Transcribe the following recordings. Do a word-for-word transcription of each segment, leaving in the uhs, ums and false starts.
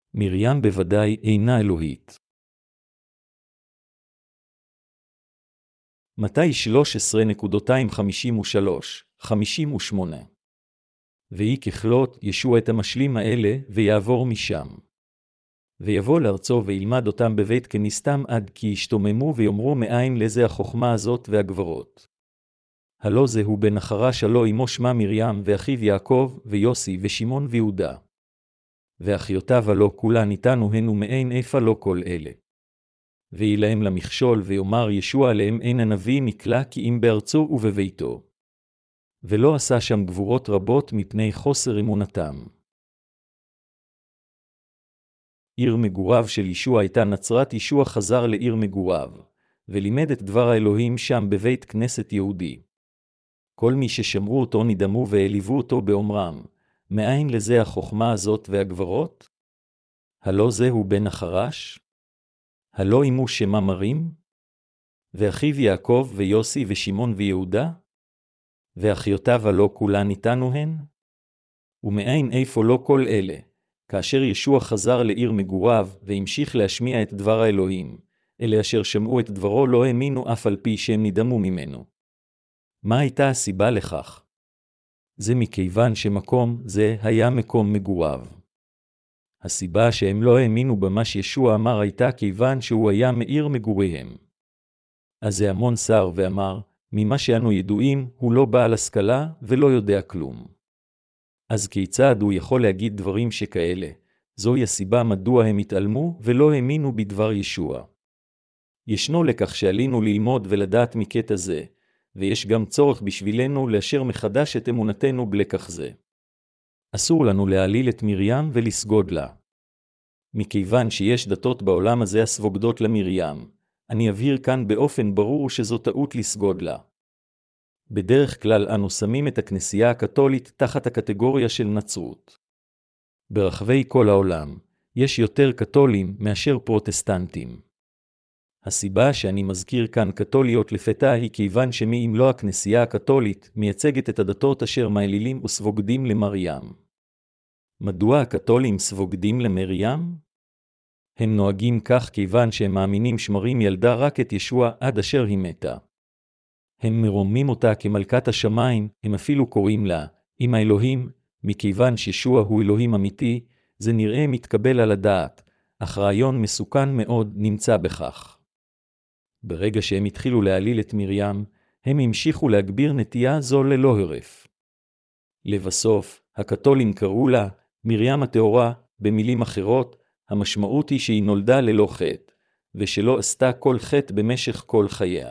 מרים בוודאי אינה אלוהית. מתי שלוש עשרה חמישים ושלוש חמישים ושמונה. ויהי ככלות ישוע את המשלים האלה ויעבור משם. ויבוא לארצו וילמד אותם בבית כנסתם עד כי ישתוממו ויאמרו מאין לזה החוכמה הזאת והגברות. הלא זהו בן החרש הלא אמו שמה מרים ואחיו יעקב ויוסי ושמעון ויהודה. ואחיותיו הלא כולן איתנו הן ומאין איפה לא כל אלה. ויהי להם למכשול ויאמר ישוע עליהם אין הנביא נקלע כי אם בארצו ובביתו. ולא עשה שם גבורות רבות מפני חוסר אמונתם. עיר מגוריו של ישוע הייתה נצרת. ישוע חזר לעיר מגוריו, ולימד את דבר האלוהים שם בבית כנסת יהודי. כל מי ששמעו אותו נדמו והעליבו אותו באומרם, מאין לזה החוכמה הזאת והגברות? הלא זהו בן החרש? הלא אמו שמה מרים? ואחיו יעקב ויוסי ושמעון ויהודה? ואחיותיו הלא כולן איתנו הן? ומאין איפה לא כל אלה? כאשר ישוע חזר לעיר מגוריו והמשיך להשמיע את דבר האלוהים, אלה אשר שמעו את דברו לא האמינו אף על פי שהם נדמו ממנו. מה הייתה הסיבה לכך? זה מכיוון שמקום זה היה מקום מגוריו. הסיבה שהם לא האמינו במה שישוע אמר הייתה כיוון שהוא היה מעיר מגוריהם. אז זה המון שר ואמר, ממה שאנו ידועים הוא לא בעל השכלה ולא יודע כלום. אז כיצד הוא יכול להגיד דברים שכאלה? זוהי הסיבה מדוע הם התעלמו ולא האמינו בדבר ישוע. ישנו לקח שעלינו ללמוד ולדעת מקטע זה, ויש גם צורך בשבילנו לאשר מחדש את אמונתנו בלקח זה. אסור לנו להעליל את מרים ולסגוד לה. מכיוון שיש דתות בעולם הזה הסבוגדות למרים, אני אבהיר כאן באופן ברור שזו טעות לסגוד לה. בדרך כלל אנו שמים את הכנסייה הקתולית תחת הקטגוריה של נצרות. ברחבי כל העולם, יש יותר קתולים מאשר פרוטסטנטים. הסיבה שאני מזכיר כאן קתוליות לפתע היא כיוון שמי אם לא הכנסייה הקתולית מייצגת את הדתות אשר מעלילים וסבוגדים למרים. מדוע הקתולים סבוגדים למרים? הם נוהגים כך כיוון שהם מאמינים שמרים ילדה רק את ישוע עד אשר היא מתה. הם מרומים אותה כמלכת השמיים, הם אפילו קוראים לה, אמא אלוהים, מכיוון שישוע הוא אלוהים אמיתי, זה נראה מתקבל על הדעת, אך רעיון מסוכן מאוד נמצא בכך. ברגע שהם התחילו להעליל את מרים, הם המשיכו להגביר נטייה זו ללא הרף. לבסוף, הקתולים קראו לה, מרים הטהורה, במילים אחרות, המשמעות היא שהיא נולדה ללא חטא, ושלא עשתה כל חטא במשך כל חייה.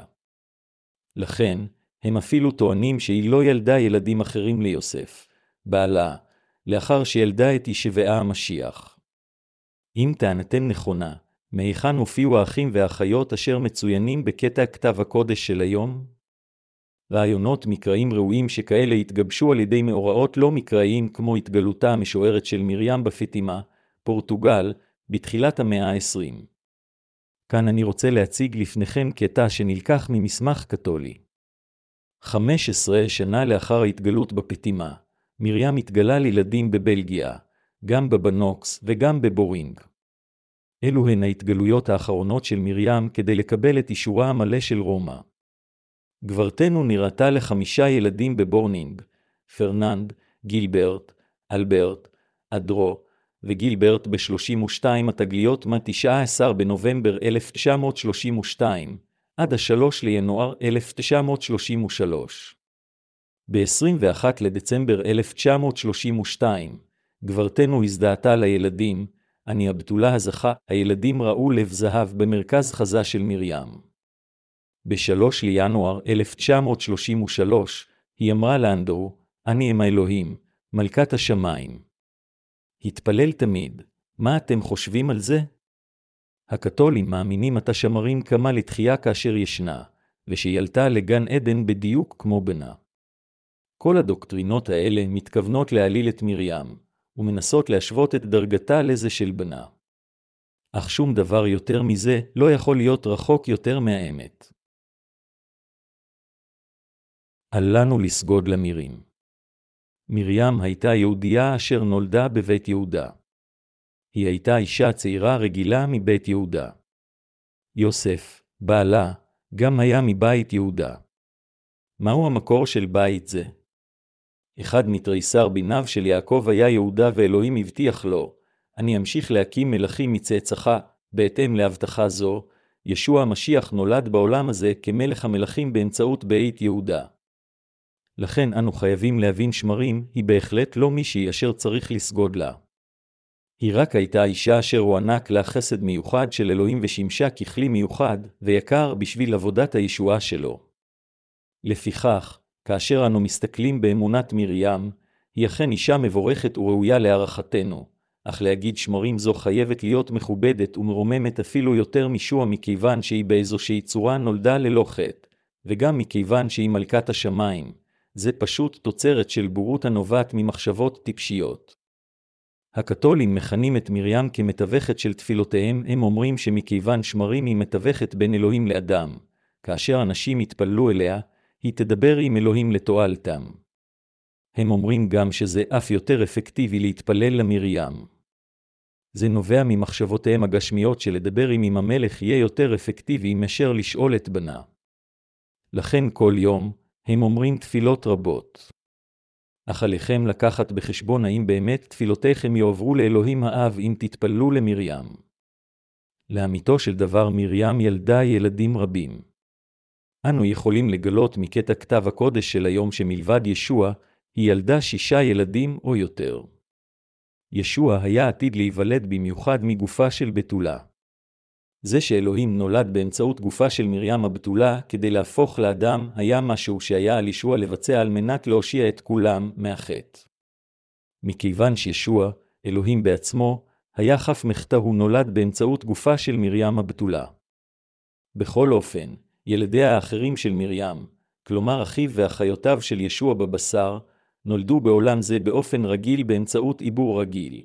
לכן, הם אפילו טוענים שהיא לא ילדה ילדים אחרים ליוסף, בעלה, לאחר שילדה את ישבעה המשיח. אם טענתם נכונה, מהיכן הופיעו האחים והאחיות אשר מצוינים בקטע כתב הקודש של היום? רעיונות מקראיים ראויים שכאלה התגבשו על ידי מאורעות לא מקראיים כמו התגלותה המשוערת של מרים בפטימה, פורטוגל, בתחילת המאה ה-עשרים. כאן אני רוצה להציג לפניכם קטע שנלקח ממסמך קתולי. חמש עשרה שנה לאחר ההתגלות בפטימה, מרים התגלה לילדים בבלגיה, גם בבנוקס וגם בבורינג. אלו הן ההתגלויות האחרונות של מרים כדי לקבל את אישורה המלא של רומא. גברתנו נראתה לחמישה ילדים בבורנינג, פרננד, גילברט, אלברט, אדרו, וגילברט ב-שלושים ושתיים התגליות מה-תשעה עשר בנובמבר אלף תשע מאות שלושים ושתיים, עד ה-שלושה לינואר אלף תשע מאות שלושים ושלוש. ב-עשרים ואחד לדצמבר אלף תשע מאות שלושים ושתיים, גברתנו הזדהתה לילדים, אני הבתולה הזכה, הילדים ראו לב זהב במרכז חזה של מרים. ב-שלושה לינואר אלף תשע מאות שלושים ושלוש, היא אמרה לאנדרו, אני אמא אלוהים, מלכת השמיים. התפלל תמיד, מה אתם חושבים על זה? הקתולים מאמינים את השמרים כמה לתחייה כאשר ישנה, ושילתה לגן עדן בדיוק כמו בנה. כל הדוקטרינות האלה מתכוונות להעליל את מרים, ומנסות להשוות את דרגתה לזה של בנה. אך שום דבר יותר מזה לא יכול להיות רחוק יותר מהאמת. אל לנו לסגוד למרים. מרים הייתה יהודייה אשר נולדה בבית יהודה. היא הייתה אישה צעירה רגילה מבית יהודה. יוסף, בעלה, גם היה מבית יהודה. מהו המקור של בית זה? אחד מתריסר בניו של יעקב היה יהודה, ואלוהים הבטיח לו, אני אמשיך להקים מלכים מצאצאך. בהתאם להבטחה זו, ישוע המשיח נולד בעולם הזה כמלך המלכים באמצעות בית יהודה. לכן אנו חייבים להבין שמרים היא בהחלט לא מישהי אשר צריך לסגוד לה. היא רק הייתה אישה אשר הוענק לה חסד מיוחד של אלוהים ושימשה ככלי מיוחד ויקר בשביל עבודת הישועה שלו. לפיכך, כאשר אנו מסתכלים באמונת מרים, היא אכן אישה מבורכת וראויה להערכתנו, אך להגיד שמרים זו חייבת להיות מכובדת ומרוממת אפילו יותר מישוע מכיוון שהיא באיזושהי צורה נולדה ללא חטא, וגם מכיוון שהיא מלכת השמיים. זה פשוט תוצרת של בורות הנובעת ממחשבות טיפשיות. הקתולים מכנים את מרים כמתווכת של תפילותיהם. הם אומרים שמכיוון שמרים היא מתווכת בין אלוהים לאדם, כאשר אנשים יתפללו אליה, היא תדבר עם אלוהים לתועלתם. הם אומרים גם שזה אף יותר אפקטיבי להתפלל למרים. זה נובע ממחשבותיהם הגשמיות שלדבר עם המלך יהיה יותר אפקטיבי מאשר לשאול את בנה. לכן כל יום הם אומרים תפילות רבות. אך עליכם לקחת בחשבון האם באמת תפילותיכם יועברו לאלוהים האב אם תתפללו למרים. לאמיתו של דבר מרים ילדה ילדים רבים. אנו יכולים לגלות מקטע כתב הקודש של היום שמלבד ישוע, היא ילדה שישה ילדים או יותר. ישוע היה עתיד להיוולד במיוחד מגופה של בתולה. זה שאלוהים נולד באמצעות גופה של מרים הבתולה כדי להפוך לאדם היה משהו שהיה על ישוע לבצע על מנת להושיע את כולם מהחטא. מכיוון שישוע, אלוהים בעצמו, היה חף מחטא, הוא נולד באמצעות גופה של מרים הבתולה. בכל אופן, ילדיה האחרים של מרים, כלומר אחיו ואחיותיו של ישוע בבשר, נולדו בעולם זה באופן רגיל באמצעות עיבור רגיל.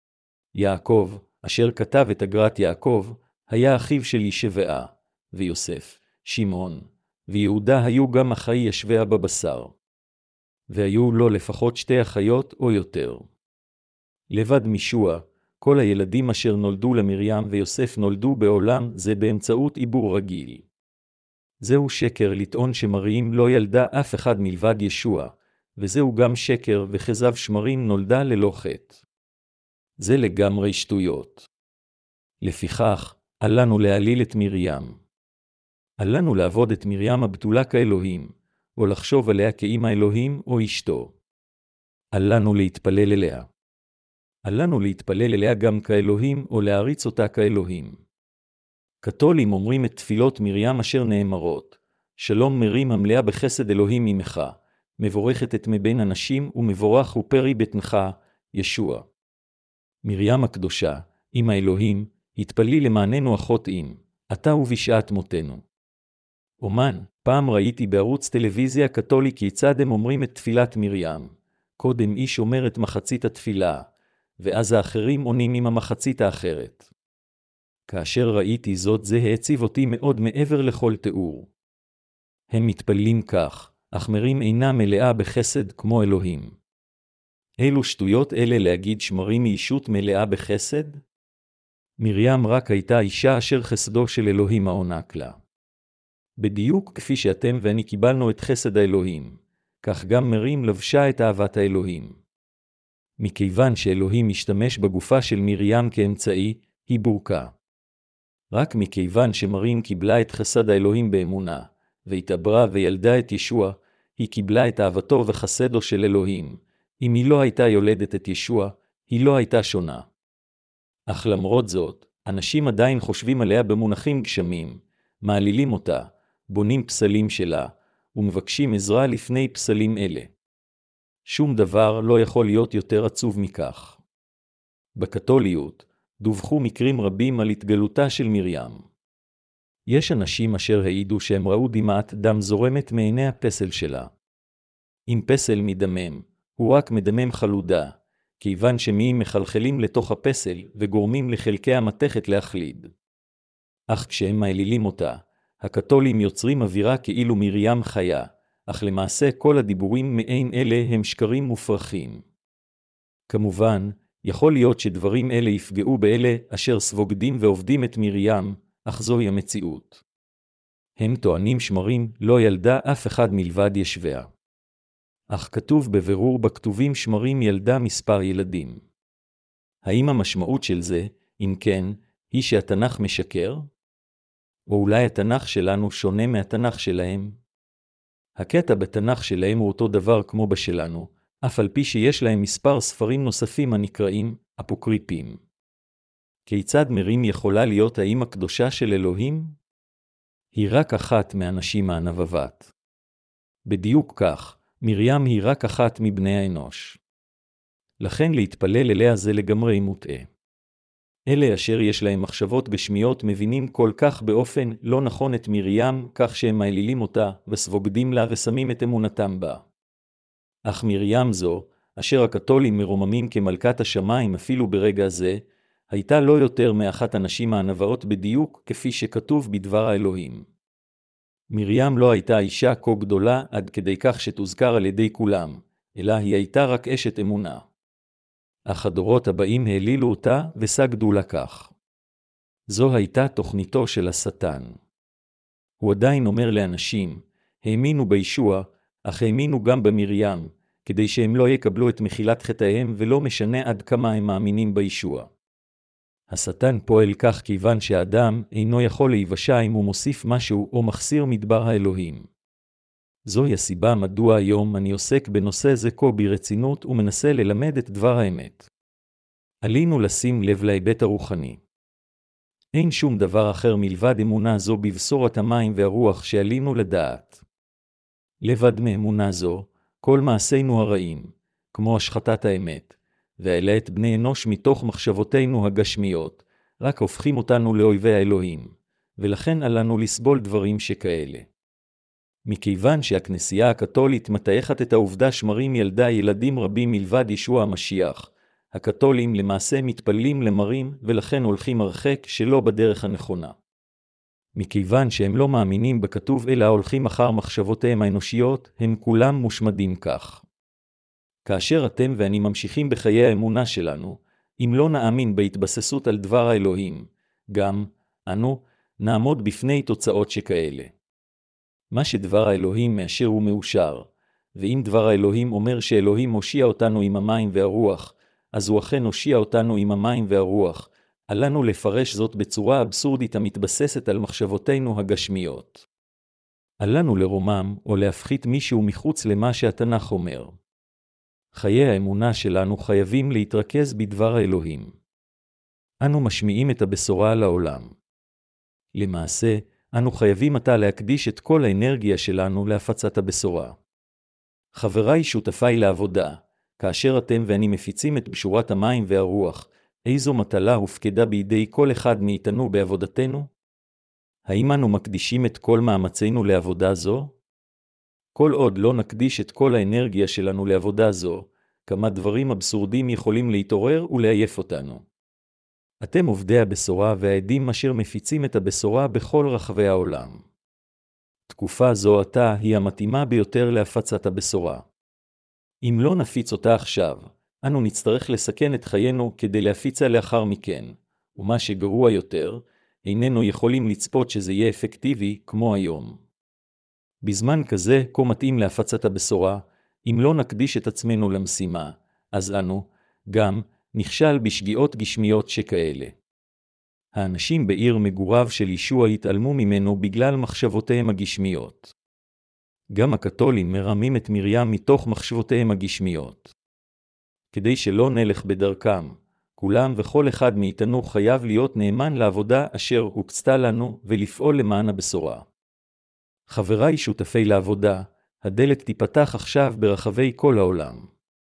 יעקב, אשר כתב את אגרת יעקב, היה אחיו של ישבעה, ויוסף, שמעון, ויהודה היו גם אחי ישבעה בבשר. והיו לו לפחות שתי אחיות או יותר. לבד מישוע, כל הילדים אשר נולדו למרים ויוסף נולדו בעולם זה באמצעות עיבור רגיל. זהו שקר לטעון שמרים לא ילדה אף אחד מלבד ישוע, וזהו גם שקר וכזב שמרים נולדה ללא חטא. זה לגמרי שטויות. לפיכך, אל לנו להעליל את מרים. אל לנו לעבוד את מרים הבתולה כאלוהים, או לחשוב עליה כאמא אלוהים או אשתו. אל לנו להתפלל אליה. אל לנו להתפלל אליה גם כאלוהים או להריץ אותה כאלוהים. קתולים אומרים את תפילות מרים אשר נאמרות, שלום מרים המלאה בחסד אלוהים ממך, מבורכת את מבין אנשים ומבורך הוא פרי בטנך, ישוע. מרים הקדושה, אמא אלוהים, התפלי למעננו החוטאים, אתה ובשעת מותנו. אומן, פעם ראיתי בערוץ טלוויזיה קתולי כיצד הם אומרים את תפילת מרים. קודם איש אומר את מחצית התפילה, ואז האחרים עונים עם המחצית האחרת. כאשר ראיתי זאת זה העציב אותי מאוד מעבר לכל תיאור. הם מתפללים כך, אך מרים אינה מלאה בחסד כמו אלוהים. אילו שטויות אלה להגיד שמרים היא אישות מלאה בחסד? מרים רק הייתה אישה אשר חסדו של אלוהים העונק לה. בדיוק כפי שאתם ואני קיבלנו את חסד האלוהים, כך גם מרים לבשה את אהבת האלוהים. מכיוון שאלוהים משתמש בגופה של מרים כאמצעי, היא בורקה. רק מכיוון שמרים קיבלה את חסד האלוהים באמונה, והתעברה וילדה את ישוע, היא קיבלה את אהבתו וחסדו של אלוהים. אם היא לא הייתה יולדת את ישוע, היא לא הייתה שונה. אך למרות זאת, אנשים עדיין חושבים עליה במונחים גשמים, מעלילים אותה, בונים פסלים שלה, ומבקשים עזרה לפני פסלים אלה. שום דבר לא יכול להיות יותר עצוב מכך. בקתוליות, דווחו מקרים רבים על התגלותה של מרים. יש אנשים אשר העידו שהם ראו דמעת דם זורמת מעיני הפסל שלה. אם פסל מדמם, הוא רק מדמם חלודה, כיוון שמים מחלחלים לתוך הפסל וגורמים לחלקי המתכת להחליד. אך כשהם מעלילים אותה, הקתולים יוצרים אווירה כאילו מרים חיה, אך למעשה כל הדיבורים מעין אלה הם שקרים מופרכים. כמובן, יכול להיות שדברים אלה יפגעו באלה אשר סבוגדים ועובדים את מרים, אך זוהי המציאות. הם טוענים שמרים לא ילדה אף אחד מלבד ישביה. אך כתוב בבירור בכתובים שמרים ילדה מספר ילדים. האם המשמעות של זה, אם כן, היא שהתנ"ך משקר? או אולי התנ"ך שלנו שונה מהתנ"ך שלהם? הקטע בתנ"ך שלהם הוא אותו דבר כמו בשלנו, אף על פי שיש להם מספר ספרים נוספים הנקראים אפוקריפים. כיצד מרים יכולה להיות האמא הקדושה של אלוהים? היא רק אחת מהנשים הנבבות. בדיוק כך, מרים היא רק אחת מבני האנוש. לכן להתפלל אליה זה לגמרי מוטעה. אלה אשר יש להם מחשבות גשמיות מבינים כל כך באופן לא נכון את מרים, כך שהם מעלילים אותה וסבוגדים לה ושמים את אמונתם בה. אך מרים זו, אשר הקתולים מרוממים כמלכת השמיים אפילו ברגע זה, הייתה לא יותר מאחת הנשים הנבאות בדיוק כפי שכתוב בדבר האלוהים. מרים לא הייתה אישה כה גדולה עד כדי כך שתוזכר על ידי כולם, אלא היא הייתה רק אשת אמונה. אך הדורות הבאים העלילו אותה וסגדו לכך. זו הייתה תוכניתו של השטן. הוא עדיין אומר לאנשים, האמינו בישוע, אך האמינו גם במרים, כדי שהם לא יקבלו את מחילת חטאיהם ולא משנה עד כמה הם מאמינים בישוע. השטן פועל כך כיוון שהאדם אינו יכול להיוושע אם הוא מוסיף משהו או מחסיר מדבר האלוהים. זוהי הסיבה מדוע היום אני עוסק בנושא זה כה ברצינות ומנסה ללמד את דבר האמת. עלינו לשים לב להיבט הרוחני. אין שום דבר אחר מלבד אמונה זו בבשורת המים והרוח שעלינו לדעת. לבד מאמונה זו, כל מעשינו הרעים, כמו השחתת האמת, והעלה את בני אנוש מתוך מחשבותינו הגשמיות, רק הופכים אותנו לאויבי האלוהים, ולכן עלינו לסבול דברים שכאלה. מכיוון שהכנסייה הקתולית מטייחת את העובדה שמרים ילדה ילדים רבים מלבד ישוע המשיח, הקתולים למעשה מתפללים למרים ולכן הולכים הרחק שלא בדרך הנכונה. מכיוון שהם לא מאמינים בכתוב אלא הולכים אחר מחשבותיהם האנושיות, הם כולם מושמדים כך. כאשר אתם ואני ממשיכים בחיי האמונה שלנו, אם לא נאמין בהתבססות על דבר האלוהים, גם, אנו, נעמוד בפני תוצאות שכאלה. מה שדבר האלוהים מאשר הוא מאושר, ואם דבר האלוהים אומר שאלוהים הושיע אותנו עם המים והרוח, אז הוא אכן הושיע אותנו עם המים והרוח, עלינו לפרש זאת בצורה אבסורדית המתבססת על מחשבותינו הגשמיות. עלינו לרומם או להפחית מישהו מחוץ למה שהתנ"ך אומר. חיי האמונה שלנו חייבים להתרכז בדבר האלוהים. אנו משמיעים את הבשורה לעולם. למעשה, אנו חייבים עתה להקדיש את כל האנרגיה שלנו להפצת הבשורה. חבריי שותפיי לעבודה, כאשר אתם ואני מפיצים את בשורת המים והרוח, איזו מטלה הופקדה בידי כל אחד מאיתנו בעבודתנו? האם אנו מקדישים את כל מאמצינו לעבודה זו? כל עוד לא נקדיש את כל האנרגיה שלנו לעבודה זו, כמה דברים אבסורדים יכולים להתעורר ולעייף אותנו. אתם עובדי הבשורה והעדים אשר מפיצים את הבשורה בכל רחבי העולם. תקופה זו עתה היא המתאימה ביותר להפצת הבשורה. אם לא נפיץ אותה עכשיו, אנו נצטרך לסכן את חיינו כדי להפיצה לאחר מכן, ומה שגרוע יותר, איננו יכולים לצפות שזה יהיה אפקטיבי כמו היום. בזמן כזה, כה מתאים להפצת הבשורה, אם לא נקדיש את עצמנו למשימה, אז אנו, גם, נכשל בשגיאות גשמיות שכאלה. האנשים בעיר מגוריו של ישוע התעלמו ממנו בגלל מחשבותיהם הגשמיות. גם הקתולים מרמים את מרים מתוך מחשבותיהם הגשמיות. כדי שלא נלך בדרכם, כולם וכל אחד מאיתנו חייב להיות נאמן לעבודה אשר הוקצתה לנו ולפעול למען הבשורה. חבריי שותפי לעבודה, הדלת תיפתח עכשיו ברחבי כל העולם.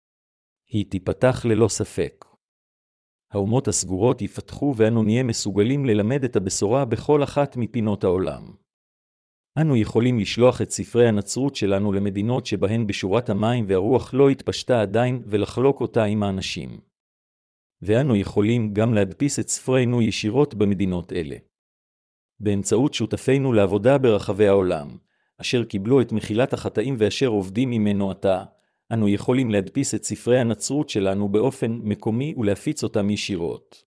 היא תיפתח ללא ספק. האומות הסגורות יפתחו ואנו נהיה מסוגלים ללמד את הבשורה בכל אחת מפינות העולם. אנו יכולים לשלוח את ספרי הנצרות שלנו למדינות שבהן בשורת המים והרוח לא התפשטה עדיין ולחלוק אותה עם האנשים. ואנו יכולים גם להדפיס את ספרינו ישירות במדינות אלה. באמצעות שותפינו לעבודה ברחבי העולם, אשר קיבלו את מחילת החטאים ואשר עובדים ממנו עתה, אנו יכולים להדפיס את ספרי הנצרות שלנו באופן מקומי ולהפיץ אותם ישירות.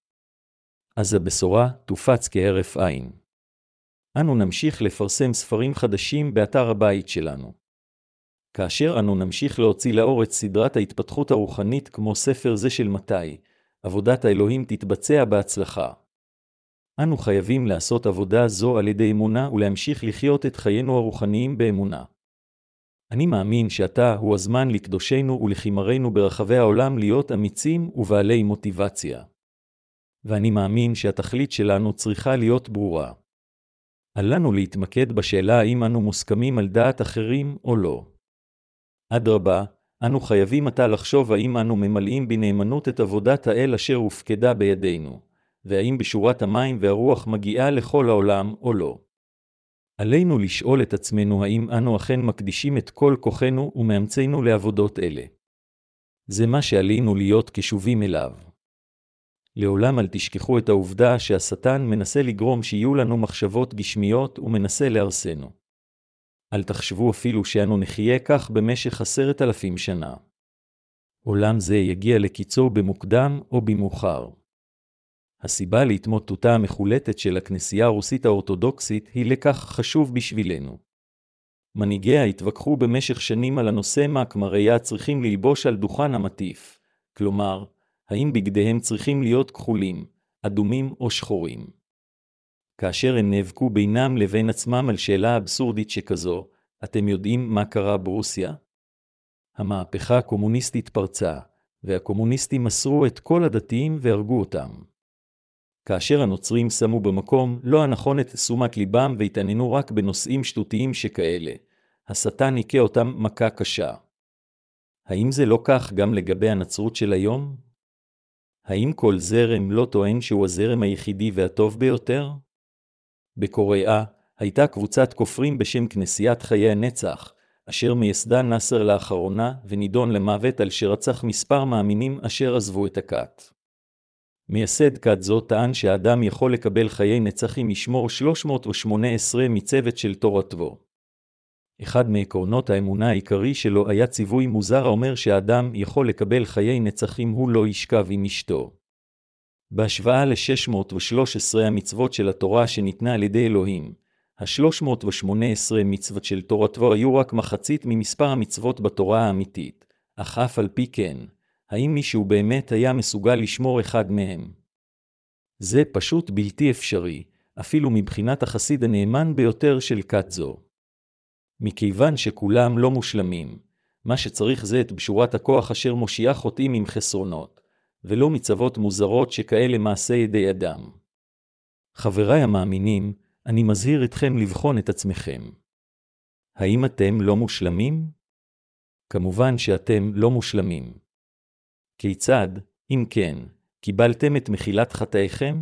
אז הבשורה תופץ כהרף עין. אנו נמשיך לפרסם ספרים חדשים באתר הבית שלנו. כאשר אנו נמשיך להוציא לאור את סדרת ההתפתחות הרוחנית כמו ספר זה של מתי, עבודת האלוהים תתבצע בהצלחה. אנו חייבים לעשות עבודה זו על ידי אמונה ולהמשיך לחיות את חיינו הרוחניים באמונה. אני מאמין שעתה הוא הזמן לקדושנו ולחימרנו ברחבי העולם להיות אמיצים ובעלי מוטיבציה. ואני מאמין שהתכלית שלנו צריכה להיות ברורה. על לנו להתמקד בשאלה האם אנו מוסכמים על דעת אחרים או לא. אדרבה, אנו חייבים עתה לחשוב האם אנו ממלאים בנאמנות את עבודת האל אשר הופקדה בידינו, והאם בשורת המים והרוח מגיעה לכל העולם או לא. עלינו לשאול את עצמנו האם אנו אכן מקדישים את כל כוחנו ומאמצינו לעבודות אלה. זה מה שעלינו להיות קשובים אליו. לעולם אל תשכחו את העובדה שהשטן מנסה לגרום שיהיו לנו מחשבות גשמיות ומנסה להרסנו. אל תחשבו אפילו שאנו נחיה כך במשך עשרת אלפים שנה. עולם זה יגיע לקיצו במוקדם או במאוחר. הסיבה להתמוטטותה המחולטת של הכנסייה הרוסית האורתודוקסית היא לכך חשוב בשבילנו. מנהיגיה התווכחו במשך שנים על הנושא מה כמריה צריכים ללבוש על דוכן המטיף, כלומר, האם בגדיהם צריכים להיות כחולים, אדומים או שחורים. כאשר הם נאבקו בינם לבין עצמם על שאלה אבסורדית שכזו, אתם יודעים מה קרה ברוסיה? המהפכה הקומוניסטית פרצה, והקומוניסטים מסרו את כל הדתיים והרגו אותם. כאשר הנוצרים שמו במקום לא הנכון את תשומת ליבם והתעניינו רק בנושאים שטותיים שכאלה, השטן היכה אותם מכה קשה. האם זה לא כך גם לגבי הנצרות של היום? האם כל זרם לא טוען שהוא הזרם היחידי והטוב ביותר? בקוריאה הייתה קבוצת כופרים בשם כנסיית חיי הנצח, אשר מייסדה נאסר לאחרונה ונידון למוות על שרצח מספר מאמינים אשר עזבו את הכת. מייסד כת זו טען שהאדם יכול לקבל חיי נצח אם ישמור שלוש מאות ושמונה עשרה מצוות של תורתו. אחד מעקרונות האמונה העיקרי שלו היה ציווי מוזר האומר שהאדם יכול לקבל חיי נצח אם הוא לא ישכב עם אשתו. בהשוואה ל-שש מאות ושלוש עשרה המצוות של התורה שניתנה על ידי אלוהים, ה-שלוש מאות ושמונה עשרה מצוות של תורתו היו רק מחצית ממספר המצוות בתורה האמיתית, אך אף על פי כן, האם מישהו באמת היה מסוגל לשמור אחד מהם? זה פשוט בלתי אפשרי, אפילו מבחינת החסיד הנאמן ביותר של כת זו. מכיוון שכולם לא מושלמים, מה שצריך זה את בשורת הכוח אשר מושיעה חוטאים עם חסרונות, ולא מצוות מוזרות שכאלה מעשה ידי אדם. חבריי המאמינים, אני מזהיר אתכם לבחון את עצמכם. האם אתם לא מושלמים? כמובן שאתם לא מושלמים. כיצד, אם כן, קיבלתם את מחילת חטאיכם?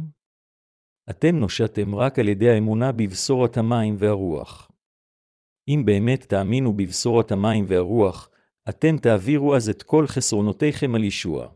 אתם נושעתם רק על ידי האמונה בבשורת המים והרוח. אם באמת תאמינו בבשורת המים והרוח, אתם תעבירו אז את כל חסרונותיכם על ישוע.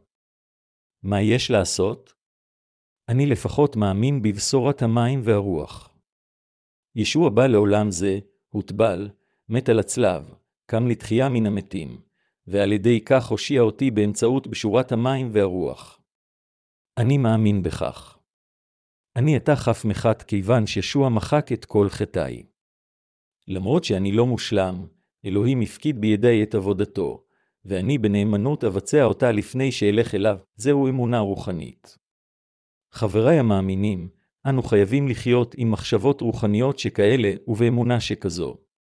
מה יש לעשות? אני לפחות מאמין בבשורת המים והרוח. ישוע בא לעולם זה, הוטבל, מת על הצלב, קם לתחייה מן המתים, ועל ידי כך הושיע אותי באמצעות בשורת המים והרוח. אני מאמין בכך. אני עתה חף מחט כיוון שישוע מחק את כל חטאי. למרות שאני לא מושלם, אלוהים הפקיד בידי את עבודתו, ואני בנאמנות אבצע אותה לפני שאלך אליו, זהו אמונה רוחנית. חבריי המאמינים, אנו חייבים לחיות עם מחשבות רוחניות שכאלה ובאמונה שכזו.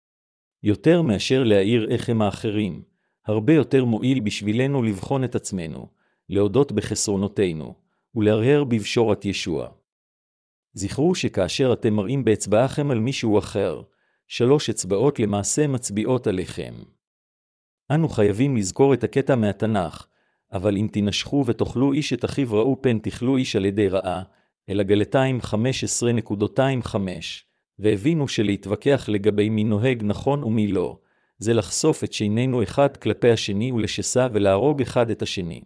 יותר מאשר להעיר איך הם האחרים, הרבה יותר מועיל בשבילנו לבחון את עצמנו, להודות בחסרונותינו, ולהרהר בבשורת ישוע. זכרו שכאשר אתם מראים באצבעכם על מישהו אחר, שלוש אצבעות למעשה מצביעות עליכם. אנו חייבים לזכור את הקטע מהתנ"ך, אבל אם תנשכו ותאכלו איש את אחיו ראו פן תאכלו איש על ידי רעה, אל הגלתיים חמש עשרה חמש, והבינו שלהתווכח לגבי מי נוהג נכון ומי לא, זה לחשוף את שינינו אחד כלפי השני ולשסה ולהרוג אחד את השני.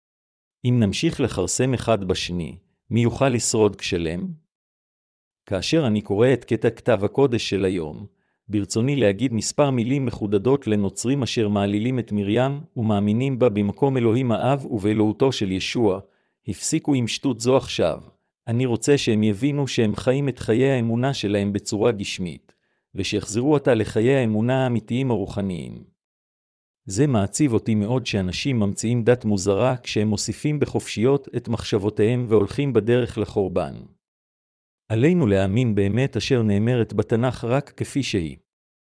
אם נמשיך לחרסם אחד בשני, מי יוכל לשרוד כשלם? כאשר אני קורא את קטע כתב הקודש של היום, ברצוני להגיד מספר מילים מחודדות לנוצרים אשר מעלילים את מרים ומאמינים בה במקום אלוהים האב ובאלוהותו של ישוע. הפסיקו עם שטות זו עכשיו. אני רוצה שהם יבינו שהם חיים את חיי האמונה שלהם בצורה גשמית, ושיחזרו אותה לחיי האמונה האמיתיים הרוחניים. זה מעציב אותי מאוד שאנשים ממציאים דת מוזרה כשהם מוסיפים בחופשיות את מחשבותיהם והולכים בדרך לחורבן. עלינו להאמין באמת אשר נאמרת בתנ"ך רק כפי שהיא.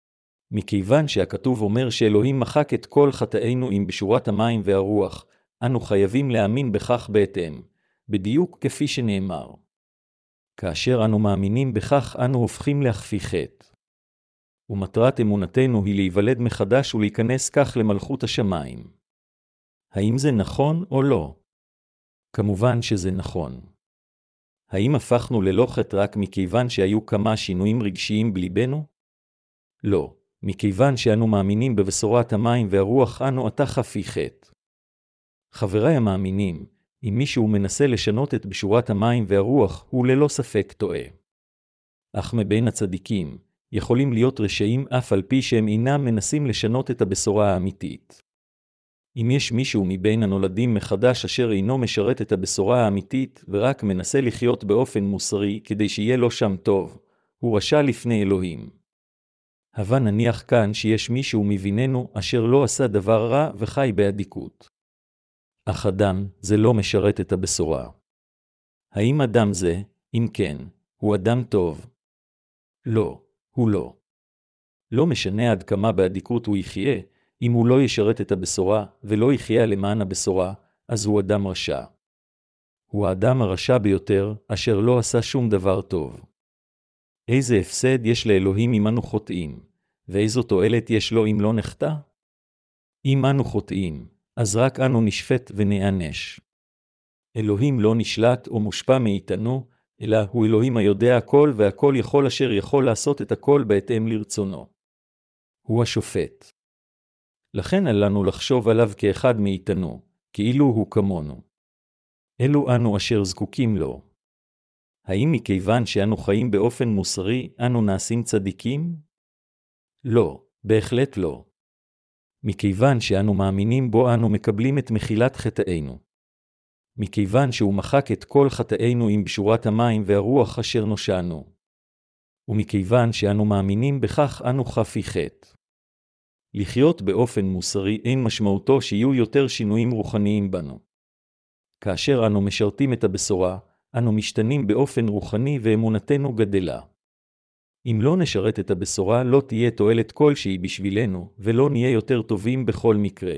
מכיוון שהכתוב אומר שאלוהים מחק את כל חטאינו עם בשורת המים והרוח, אנו חייבים להאמין בכך בהתאם, בדיוק כפי שנאמר. כאשר אנו מאמינים בכך, אנו הופכים להכפי חטא. ומטרת אמונתנו היא להיוולד מחדש ולהיכנס כך למלכות השמיים. האם זה נכון או לא? כמובן שזה נכון. האם הפכנו ללא חטא רק מכיוון שהיו כמה שינויים רגשיים בליבנו? לא, מכיוון שאנו מאמינים בבשורת המים והרוח אנו עתה חפי חטא. חבריי המאמינים, אם מישהו מנסה לשנות את בשורת המים והרוח, הוא ללא ספק טועה. אך מבין הצדיקים, יכולים להיות רשעים אף על פי שהם אינם מנסים לשנות את הבשורה האמיתית. אם יש מישהו מבין הנולדים מחדש אשר אינו משרת את הבשורה האמיתית ורק מנסה לחיות באופן מוסרי כדי שיהיה לו שם טוב, הוא רשע לפני אלוהים. הבה נניח כאן שיש מישהו מביננו אשר לא עשה דבר רע וחי באדיקות. אך אדם זה לא משרת את הבשורה. האם אדם זה, אם כן, הוא אדם טוב? לא, הוא לא. לא משנה עד כמה באדיקות הוא יחיה, אם הוא לא ישרת את הבשורה ולא יחיה למען הבשורה, אז הוא אדם רשע. הוא האדם הרשע ביותר אשר לא עשה שום דבר טוב. איזה הפסד יש לאלוהים אם אנו חוטאים, ואיזו תועלת יש לו אם לא נחטא? אם אנו חוטאים, אז רק אנו נשפט ונענש. אלוהים לא נשלט או מושפע מאיתנו, אלא הוא אלוהים היודע הכל והכל יכול אשר יכול לעשות את הכל בהתאם לרצונו. הוא השופט. לכן עלינו לחשוב עליו כאחד מאיתנו, כאילו הוא כמונו. אלו אנו אשר זקוקים לו. האם מכיוון שאנו חיים באופן מוסרי, אנו נעשים צדיקים? לא, בהחלט לא. מכיוון שאנו מאמינים בו, אנו מקבלים את מחילת חטאינו. מכיוון שהוא מחק את כל חטאינו עם בשורת המים והרוח אשר נושענו. ומכיוון שאנו מאמינים בכך, אנו חפי חטא. לחיות באופן מוסרי אין משמעותו שיהיו יותר שינויים רוחניים בנו. כאשר אנו משרתים את הבשורה, אנו משתנים באופן רוחני ואמונתנו גדלה. אם לא נשרת את הבשורה, לא תהיה תועלת כלשהי בשבילנו, ולא נהיה יותר טובים בכל מקרה.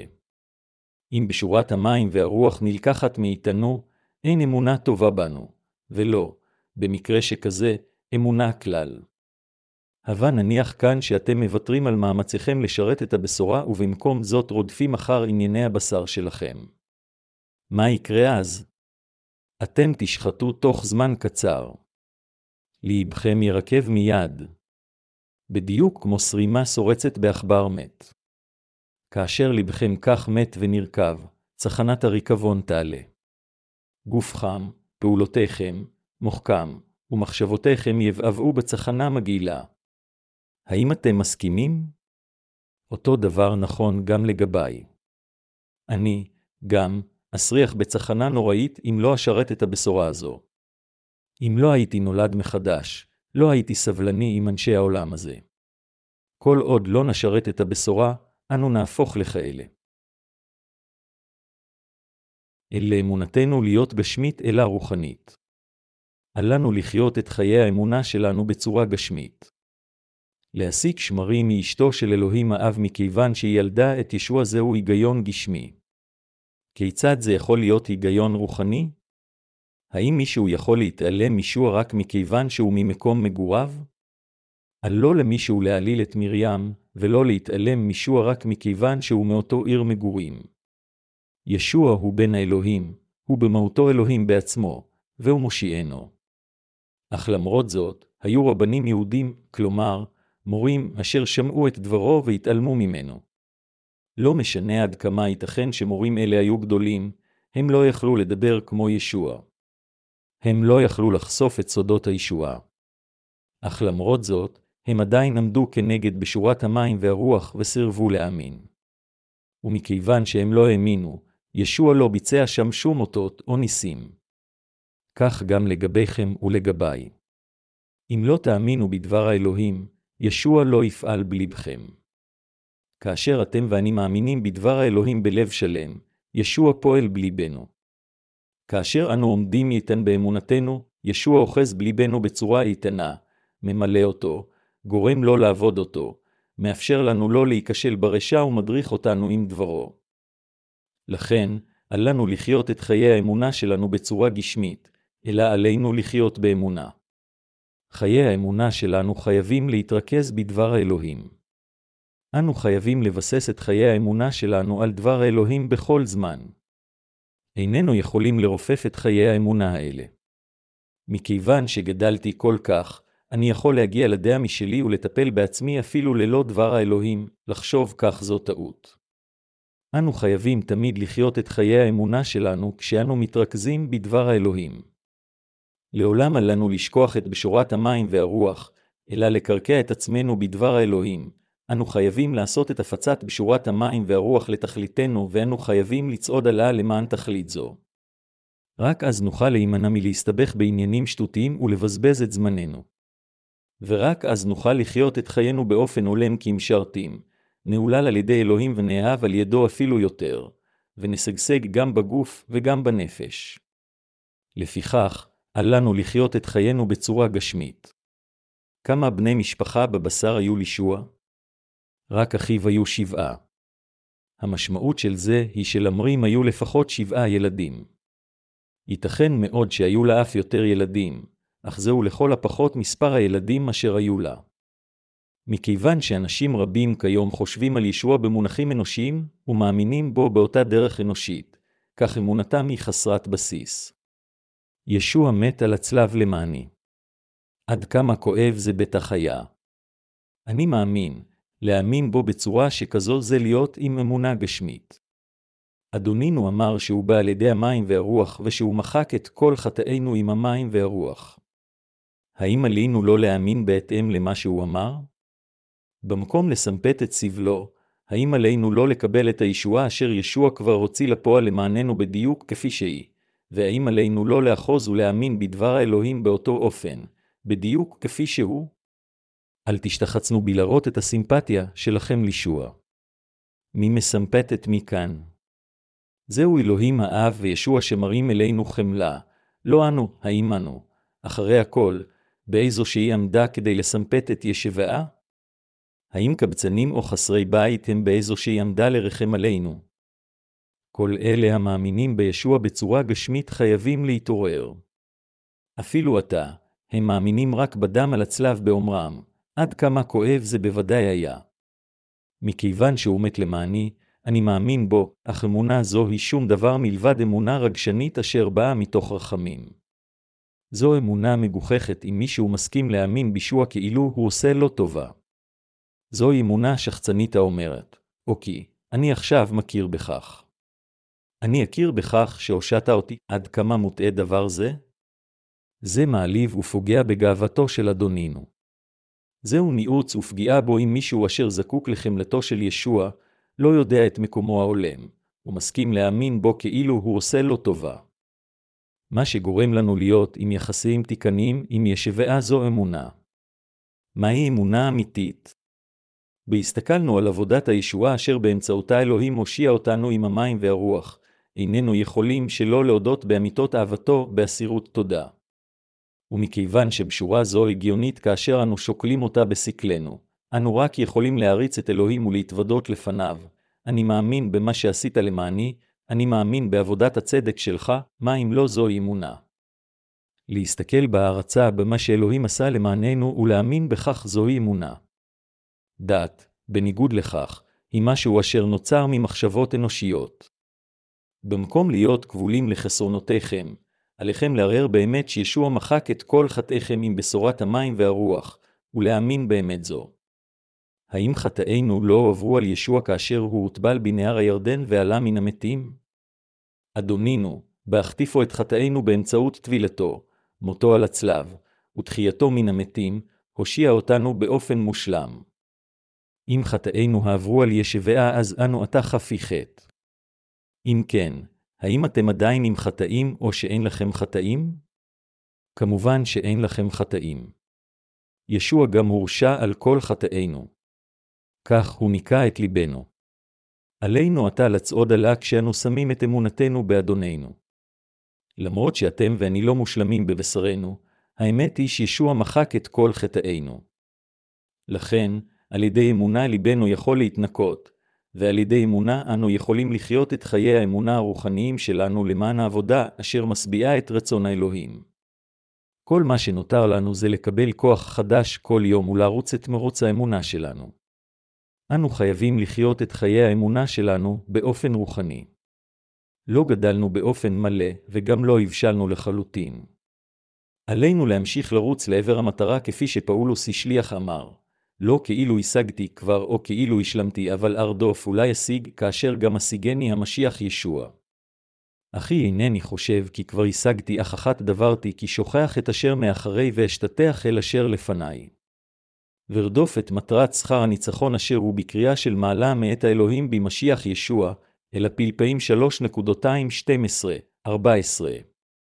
אם בשורת המים והרוח נלקחת מאיתנו, אין אמונה טובה בנו, ולא, במקרה שכזה, אמונה כלל. הבה נניח כאן שאתם מוותרים על מאמציכם לשרת את הבשורה ובמקום זאת רודפים אחר ענייני הבשר שלכם. מה יקרה אז? אתם תשחטו תוך זמן קצר. ליבכם ירקב מיד. בדיוק כמו שרימה סורצת בעכבר מת. כאשר ליבכם כך מת ונרכב, צחנת הריקבון תעלה. גופכם, פעולותיכם, מוחכם, ומחשבותיכם יבעבעו בצחנה מגעילה. האם אתם מסכימים? אותו דבר נכון גם לגביי. אני, גם, אסריח בצחנה נוראית אם לא אשרת את הבשורה הזו. אם לא הייתי נולד מחדש, לא הייתי סבלני עם אנשי העולם הזה. כל עוד לא נשרת את הבשורה, אנו נהפוך לכאלה. אלה אמונתנו להיות גשמית אלא רוחנית. עלינו לחיות את חיי האמונה שלנו בצורה גשמית. להסיק שמרים מאשתו של אלוהים האב מכיוון שהיא ילדה את ישוע זהו היגיון גשמי. כיצד זה יכול להיות היגיון רוחני? האם מישהו יכול להתעלם מישוע רק מכיוון שהוא ממקום מגוריו? על לא למישהו להעליל את מרים, ולא להתעלם מישוע רק מכיוון שהוא מאותו עיר מגורים. ישוע הוא בן האלוהים, הוא במהותו אלוהים בעצמו, והוא מושיענו. אך למרות זאת, היו רבנים יהודים, כלומר, מורים אשר שמעו את דברו והתעלמו ממנו. לא משנה עד כמה ייתכן שמורים אלה היו גדולים, הם לא יכלו לדבר כמו ישוע. הם לא יכלו לחשוף את סודות הישועה. אך למרות זאת, הם עדיין עמדו כנגד בשורת המים והרוח וסירבו להאמין. ומכיוון שהם לא האמינו, ישוע לא ביצע שם שום אותות או ניסים. כך גם לגביכם ולגבי. אם לא תאמינו בדבר האלוהים, ישוע לא יפעל בלבכם. כאשר אתם ואני מאמינים בדבר האלוהים בלב שלם, ישוע פועל בליבנו. כאשר אנו עומדים איתן באמונתנו, ישוע אוחז בליבנו בצורה איתנה, ממלא אותו, גורם לו לעבוד אותו, מאפשר לנו לא להיכשל ברשע ומדריך אותנו עם דברו. לכן, אל לנו לחיות את חיי האמונה שלנו בצורה גשמית, אלא עלינו לחיות באמונה. חיי האמונה שלנו חייבים להתרכז בדבר האלוהים. אנו חייבים לבסס את חיי האמונה שלנו על דבר האלוהים בכל זמן. איננו יכולים לרופף את חיי האמונה האלה. מכיוון שגדלתי כל כך, אני יכול להגיע לדעה משלי ולטפל בעצמי אפילו ללא דבר האלוהים, לחשוב כך זו טעות. אנו חייבים תמיד לחיות את חיי האמונה שלנו כשאנו מתרכזים בדבר האלוהים. לעולם אל לנו לשכוח את בשורת המים והרוח, אלא לקרקע את עצמנו בדבר האלוהים. אנו חייבים לעשות את הפצת בשורת המים והרוח לתכליתנו, ואנו חייבים לצעוד עליה למען תכלית זו. רק אז נוכל להימנע מלהסתבך בעניינים שטותיים ולבזבז את זמננו. ורק אז נוכל לחיות את חיינו באופן הולם כמשרתים, נעולל על ידי אלוהים ונאהב על ידו אפילו יותר, ונשגשג גם בגוף וגם בנפש. לפיכך, אל לנו לחיות את חיינו בצורה גשמית. כמה בני משפחה בבשר היו לישוע? רק אחיו היו שבעה. המשמעות של זה היא שלמרים היו לפחות שבעה ילדים. ייתכן מאוד שהיו לה אף יותר ילדים, אך זהו לכל הפחות מספר הילדים אשר היו לה. מכיוון שאנשים רבים כיום חושבים על ישוע במונחים אנושיים ומאמינים בו באותה דרך אנושית, כך אמונתם היא חסרת בסיס. ישוע מת על הצלב למעני. עד כמה כואב זה בטח היה. אני מאמין, להאמין בו בצורה שכזו זה להיות עם אמונה גשמית. אדונינו אמר שהוא בא על ידי המים והרוח ושהוא מחק את כל חטאינו עם המים והרוח. האם עלינו לא להאמין בהתאם למה שהוא אמר? במקום לסמפת את סבלו, האם עלינו לא לקבל את הישועה אשר ישוע כבר הוציא לפועל למעננו בדיוק כפי שהיא? והאם עלינו לא לאחוז ולהאמין בדבר האלוהים באותו אופן, בדיוק כפי שהוא? אל תשתחצנו בלהראות את הסימפתיה שלכם לישוע. מי מסמפת את מי כאן? זהו אלוהים האב וישוע שמראים אלינו חמלה, לא אנו, האם אנו, אחרי הכל, באיזו שהיא עמדה כדי לסמפת את ישבעה? האם קבצנים או חסרי בית הם באיזו שהיא עמדה לרחם עלינו? כל אלה המאמינים בישוע בצורה גשמית חייבים להתעורר. אפילו אתה, הם מאמינים רק בדם על הצלב באומרם, עד כמה כואב זה בוודאי היה. מכיוון שהוא מת למעני, אני מאמין בו, אך אמונה זו היא שום דבר מלבד אמונה רגשנית אשר באה מתוך רחמים. זו אמונה מגוחכת אם מישהו מסכים להאמין בישוע כאילו הוא עושה לו טובה. זוהי אמונה שחצנית האומרת, אוקיי, אני עכשיו מכיר בכך. אני אכיר בכך שהושעת אותי, עד כמה מוטעה דבר זה? זה מעליב ופוגע בגאוותו של אדונינו. זהו ניעוץ ופגיעה בו אם מישהו אשר זקוק לחמלתו של ישוע, לא יודע את מקומו העולם, ומסכים להאמין בו כאילו הוא עושה לו טובה. מה שגורם לנו להיות עם יחסים תיקניים עם ישבעה זו אמונה. מהי אמונה אמיתית? בהסתכלנו על עבודת הישועה אשר באמצעותה אלוהים הושיע אותנו עם המים והרוח, איננו יכולים שלא להודות באמיתות אהבתו באסירות תודה. ומכיוון שבשורה זו הגיונית כאשר אנו שוקלים אותה בסקלנו, אנו רק יכולים להריץ את אלוהים ולהתוודות לפניו. אני מאמין במה שעשית למעני, אני מאמין בעבודת הצדק שלך, מה אם לא זו אמונה? להסתכל בהערצה במה שאלוהים עשה למעננו ולהאמין בכך זוהי אמונה. דת, בניגוד לכך, היא משהו אשר נוצר ממחשבות אנושיות. במקום להיות כבולים לחסרונותיכם, עליכם לערער באמת שישוע מחק את כל חטאיכם עם בשורת המים והרוח, ולהאמין באמת זו. האם חטאינו לא עברו על ישוע כאשר הוא הוטבל בנהר הירדן ועלה מן המתים? אדונינו, בהחטיפו את חטאינו באמצעות טבילתו, מותו על הצלב, ותחייתו מן המתים, הושיע אותנו באופן מושלם. אם חטאינו העברו על ישבעה, אז אנו עתה חפי חטא. אם כן, האם אתם עדיין עם חטאים או שאין לכם חטאים? כמובן שאין לכם חטאים. ישוע גם הורשע על כל חטאינו. כך הוא ניקה את ליבנו. עלינו עתה לצעוד עלה כשאנו שמים את אמונתנו באדוננו. למרות שאתם ואני לא מושלמים בבשרנו, האמת היא שישוע מחק את כל חטאינו. לכן, על ידי אמונה ליבנו יכול להתנקות, ועל ידי אמונה אנו יכולים לחיות את חיי האמונה הרוחניים שלנו למען העבודה אשר משביעה את רצון האלוהים. כל מה שנותר לנו זה לקבל כוח חדש כל יום ולרוץ את מרוץ האמונה שלנו. אנו חייבים לחיות את חיי האמונה שלנו באופן רוחני. לא גדלנו באופן מלא וגם לא הבשלנו לחלוטין. עלינו להמשיך לרוץ לעבר המטרה כפי שפאולוס השליח אמר, לא כאילו השגתי כבר או כאילו השלמתי, אבל ארדוף אולי אשיג כאשר גם אשיגני המשיח ישוע. אחי, אינני חושב כי כבר השגתי, אך אחת דברתי, כי שוכח את אשר מאחרי ואשתתח אל אשר לפניי. ורדוף את מטרת שכר הניצחון אשר הוא בקריאה של מעלה מאת האלוהים במשיח ישוע, אל הפילפאים שלוש שתים עשרה ארבע עשרה.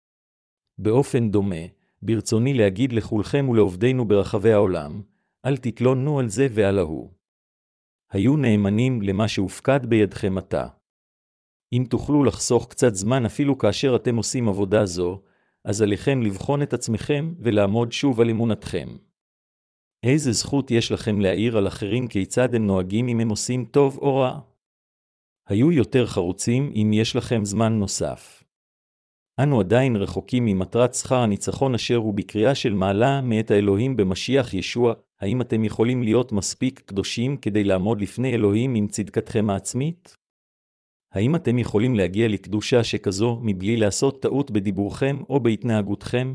באופן דומה, ברצוני להגיד לכולכם ולעובדינו ברחבי העולם, אל תתלוננו על זה ועל ההוא. היו נאמנים למה שהופקד בידכם עתה. אם תוכלו לחסוך קצת זמן אפילו כאשר אתם עושים עבודה זו, אז עליכם לבחון את עצמכם ולעמוד שוב על אמונתכם. איזה זכות יש לכם להעיר על אחרים כיצד הם נוהגים אם הם עושים טוב או רע? היו יותר חרוצים אם יש לכם זמן נוסף. אנו עדיין רחוקים ממטרת שכר הניצחון אשר הוא בקריאה של מעלה מאת האלוהים במשיח ישוע. האם אתם יכולים להיות מספיק קדושים כדי לעמוד לפני אלוהים עם צדקתכם העצמית? האם אתם יכולים להגיע לקדושה שכזו מבלי לעשות טעות בדיבורכם או בהתנהגותכם?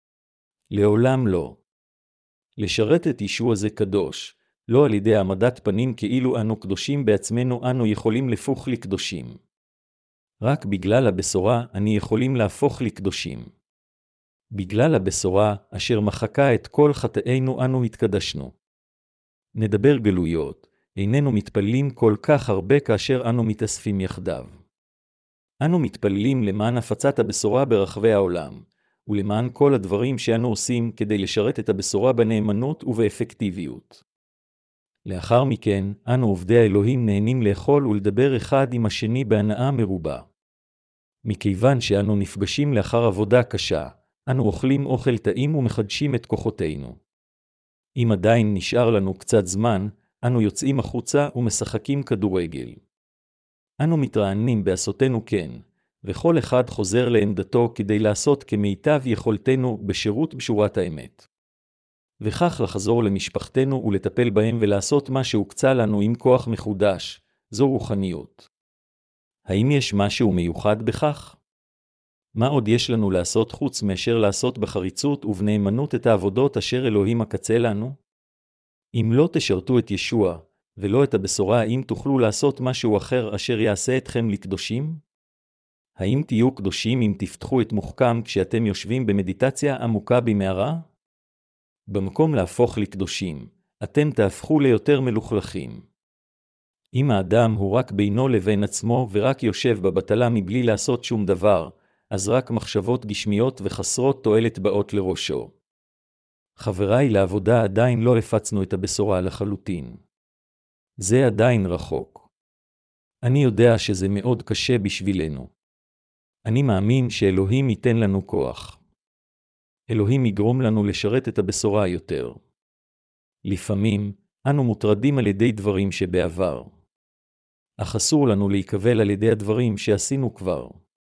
לעולם לא. לשרת את ישוע זה קדוש, לא על ידי העמדת פנים כאילו אנו קדושים בעצמנו אנו יכולים להפוך לקדושים. רק בגלל הבשורה אני יכולים להפוך לקדושים. בגלל הבשורה אשר מחקה את כל חטאינו אנו התקדשנו. נדבר גלויות, איננו מתפללים כל כך הרבה כאשר אנו מתאספים יחדיו. אנו מתפללים למען הפצת הבשורה ברחבי העולם, ולמען כל הדברים שאנו עושים כדי לשרת את הבשורה בנאמנות ובאפקטיביות. לאחר מכן, אנו עובדי האלוהים נהנים לאכול ולדבר אחד עם השני בהנאה מרובה. מכיוון שאנו נפגשים לאחר עבודה קשה, אנו אוכלים אוכל טעים ומחדשים את כוחותינו. אם עדיין נשאר לנו קצת זמן, אנו יוצאים החוצה ומשחקים כדורגל. אנו מתרעננים בעשותנו כן, וכל אחד חוזר לעמדתו כדי לעשות כמיטב יכולתנו בשירות בשורת האמת. וכך לחזור למשפחתנו ולטפל בהם ולעשות מה שהוקצה לנו עם כוח מחודש, זו רוחניות. האם יש משהו מיוחד בכך? מה עוד יש לנו לעשות חוץ מאשר לעשות בחריצות ובנאמנות את העבודות אשר אלוהים הקצה לנו? אם לא תשרתו את ישוע, ולא את הבשורה, האם תוכלו לעשות משהו אחר אשר יעשה אתכם לקדושים? האם תהיו קדושים אם תפתחו את מוחכם כשאתם יושבים במדיטציה עמוקה במערה? במקום להפוך לקדושים, אתם תהפכו ליותר מלוכלכים. אם האדם הוא רק בינו לבין עצמו ורק יושב בבטלה מבלי לעשות שום דבר, אז רק מחשבות גשמיות וחסרות תועלת באות לראשו. חבריי לעבודה, עדיין לא הפצנו את הבשורה לחלוטין. זה עדיין רחוק. אני יודע שזה מאוד קשה בשבילנו. אני מאמין שאלוהים ייתן לנו כוח. אלוהים יגרום לנו לשרת את הבשורה יותר. לפעמים, אנו מוטרדים על ידי דברים שבעבר. אך אסור לנו להיקבל על ידי הדברים שעשינו כבר.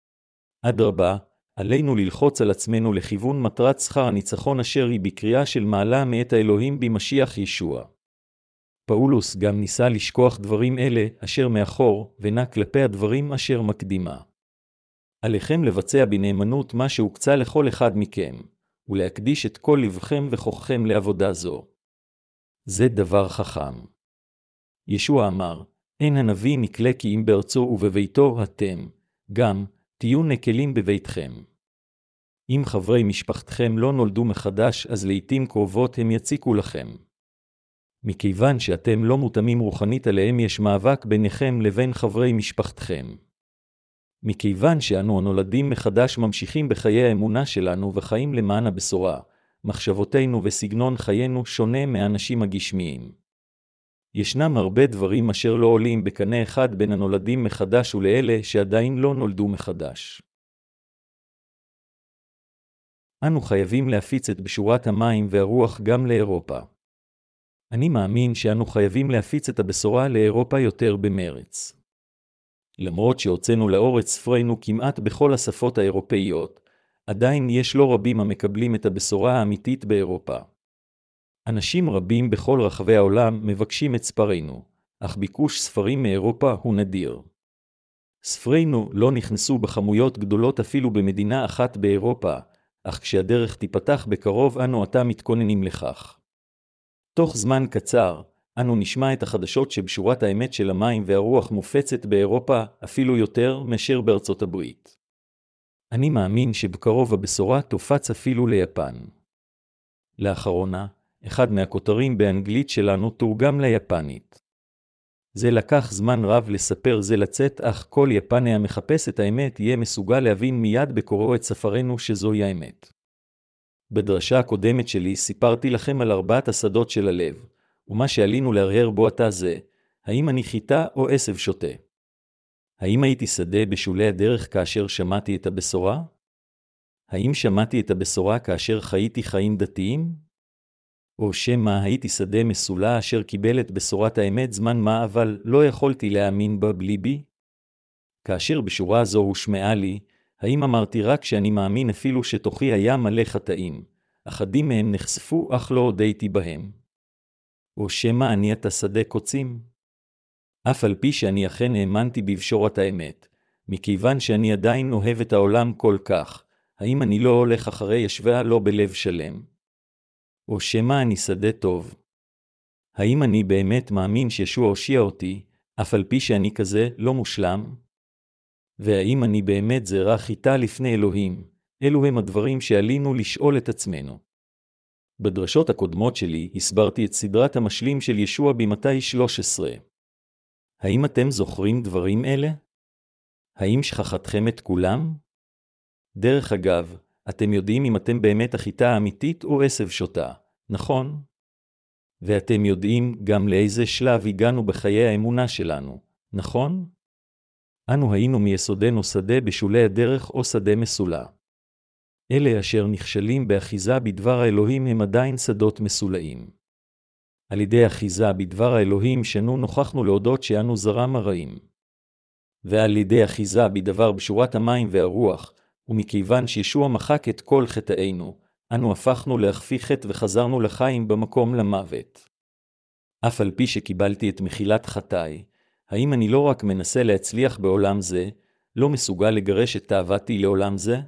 אדרבה, עלינו ללחוץ על עצמנו לכיוון מטרת שכר הניצחון אשר היא בקריאה של מעלה מאת האלוהים במשיח ישוע. פאולוס גם ניסה לשכוח דברים אלה אשר מאחור ונע כלפי הדברים אשר מקדימה. עליכם לבצע בנאמנות מה שהוקצה לכל אחד מכם, ולהקדיש את כל לבכם וכוחכם לעבודה זו. זה דבר חכם. ישוע אמר, אין הנביא נקלה כי אם בארצו ובביתו אתם, גם תהיו נקלים בביתכם. אם חברי משפחתכם לא נולדו מחדש, אז לעתים קרובות הם יציקו לכם. מכיוון שאתם לא מותאמים רוחנית עליהם, יש מאבק ביניכם לבין חברי משפחתכם. מכיוון שאנו הנולדים מחדש ממשיכים בחיי האמונה שלנו וחיים למען הבשורה, מחשבותינו וסגנון חיינו שונה מאנשים הגשמיים. ישנם הרבה דברים אשר לא עולים בקנה אחד בין הנולדים מחדש ולאלה שעדיין לא נולדו מחדש. אנו חייבים להפיץ את בשורת המים והרוח גם לאירופה. אני מאמין שאנו חייבים להפיץ את הבשורה לאירופה יותר במרץ. למרות שהוצאנו לאור את ספרינו כמעט בכל השפות האירופאיות, עדיין יש לא רבים המקבלים את הבשורה האמיתית באירופה. אנשים רבים בכל רחבי העולם מבקשים את ספרינו, אך ביקוש ספרים מאירופה הוא נדיר. ספרינו לא נכנסו בכמויות גדולות אפילו במדינה אחת באירופה, אך כשהדרך תיפתח בקרוב אנו עתה מתכוננים לכך. תוך זמן קצר, אנו נשמע את החדשות שבשורת האמת של המים והרוח מופצת באירופה אפילו יותר מאשר בארצות הברית. אני מאמין שבקרוב הבשורה תופץ אפילו ליפן. לאחרונה, אחד מהכותרים באנגלית שלנו תורגם ליפנית. זה לקח זמן רב לספר זה לצאת, אך כל יפני המחפש את האמת יהיה מסוגל להבין מיד בקוראו את ספרנו שזוהי האמת. בדרשה הקודמת שלי סיפרתי לכם על ארבעת השדות של הלב, ומה שעלינו להרהר בו עתה זה, האם אני חיטה או עשב שוטה? האם הייתי שדה בשולי הדרך כאשר שמעתי את הבשורה? האם שמעתי את הבשורה כאשר חייתי חיים דתיים? או שמא הייתי שדה מסולה אשר קיבל את בשורת האמת זמן מה אבל לא יכולתי להאמין בה בלי בי? כאשר בשורה זו הושמעה לי, האם אמרתי רק שאני מאמין אפילו שתוכי היה מלא חטאים, אחדים מהם נחשפו אך לא הודיתי בהם? או שמא אני את השדה קוצים? אף על פי שאני אכן האמנתי בבשורת האמת, מכיוון שאני עדיין אוהב את העולם כל כך, האם אני לא הולך אחרי ישביה לא בלב שלם? או שמא אני שדה טוב? האם אני באמת מאמין שישוע הושיע אותי, אף על פי שאני כזה לא מושלם? והאם אני באמת זרע חיטה לפני אלוהים? אלו הם הדברים שעלינו לשאול את עצמנו. בדרשות הקודמות שלי הסברתי את סדרת המשלים של ישוע במתי שלוש עשרה. האם אתם זוכרים דברים אלה? האם שכחתכם את כולם? דרך אגב, אתם יודעים אם אתם באמת החיטה האמיתית או עשב שוטה, נכון? ואתם יודעים גם לאיזה שלב הגענו בחיי האמונה שלנו, נכון? אנו היינו מיסודנו שדה בשולי הדרך או שדה מסולה. אלה אשר נכשלים באחיזה בדבר האלוהים הם עדיין שדות מסולאים. על ידי אחיזה בדבר האלוהים שנו נוכחנו להודות שאנו זרם הרעים. ועל ידי אחיזה בדבר בשורת המים והרוח, ומכיוון שישוע מחק את כל חטאינו, אנו הפכנו להכפי חטא וחזרנו לחיים במקום למוות. אף על פי שקיבלתי את מחילת חטאי, האם אני לא רק מנסה להצליח בעולם זה, לא מסוגל לגרש את תאוותי לעולם זה?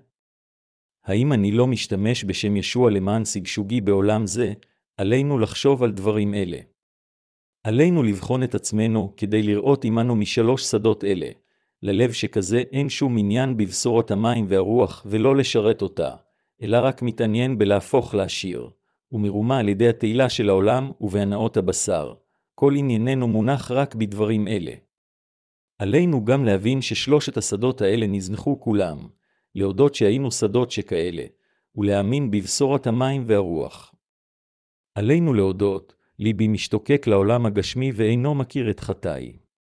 האם אני לא משתמש בשם ישוע למען שגשוגי בעולם זה? עלינו לחשוב על דברים אלה. עלינו לבחון את עצמנו כדי לראות אם אנו משלוש שדות אלה. ללב שכזה אין שום עניין בבשורת המים והרוח ולא לשרת אותה, אלא רק מתעניין בלהפוך לעשיר, ומרומה על ידי התהילה של העולם ובהנאות הבשר. כל ענייננו מונח רק בדברים אלה. עלינו גם להבין ששלושת השדות האלה נזנחו כולם, להודות שהיינו שדות שכאלה, ולהאמין בבשורת המים והרוח. עלינו להודות, ליבי משתוקק לעולם הגשמי ואינו מכיר את חטאי.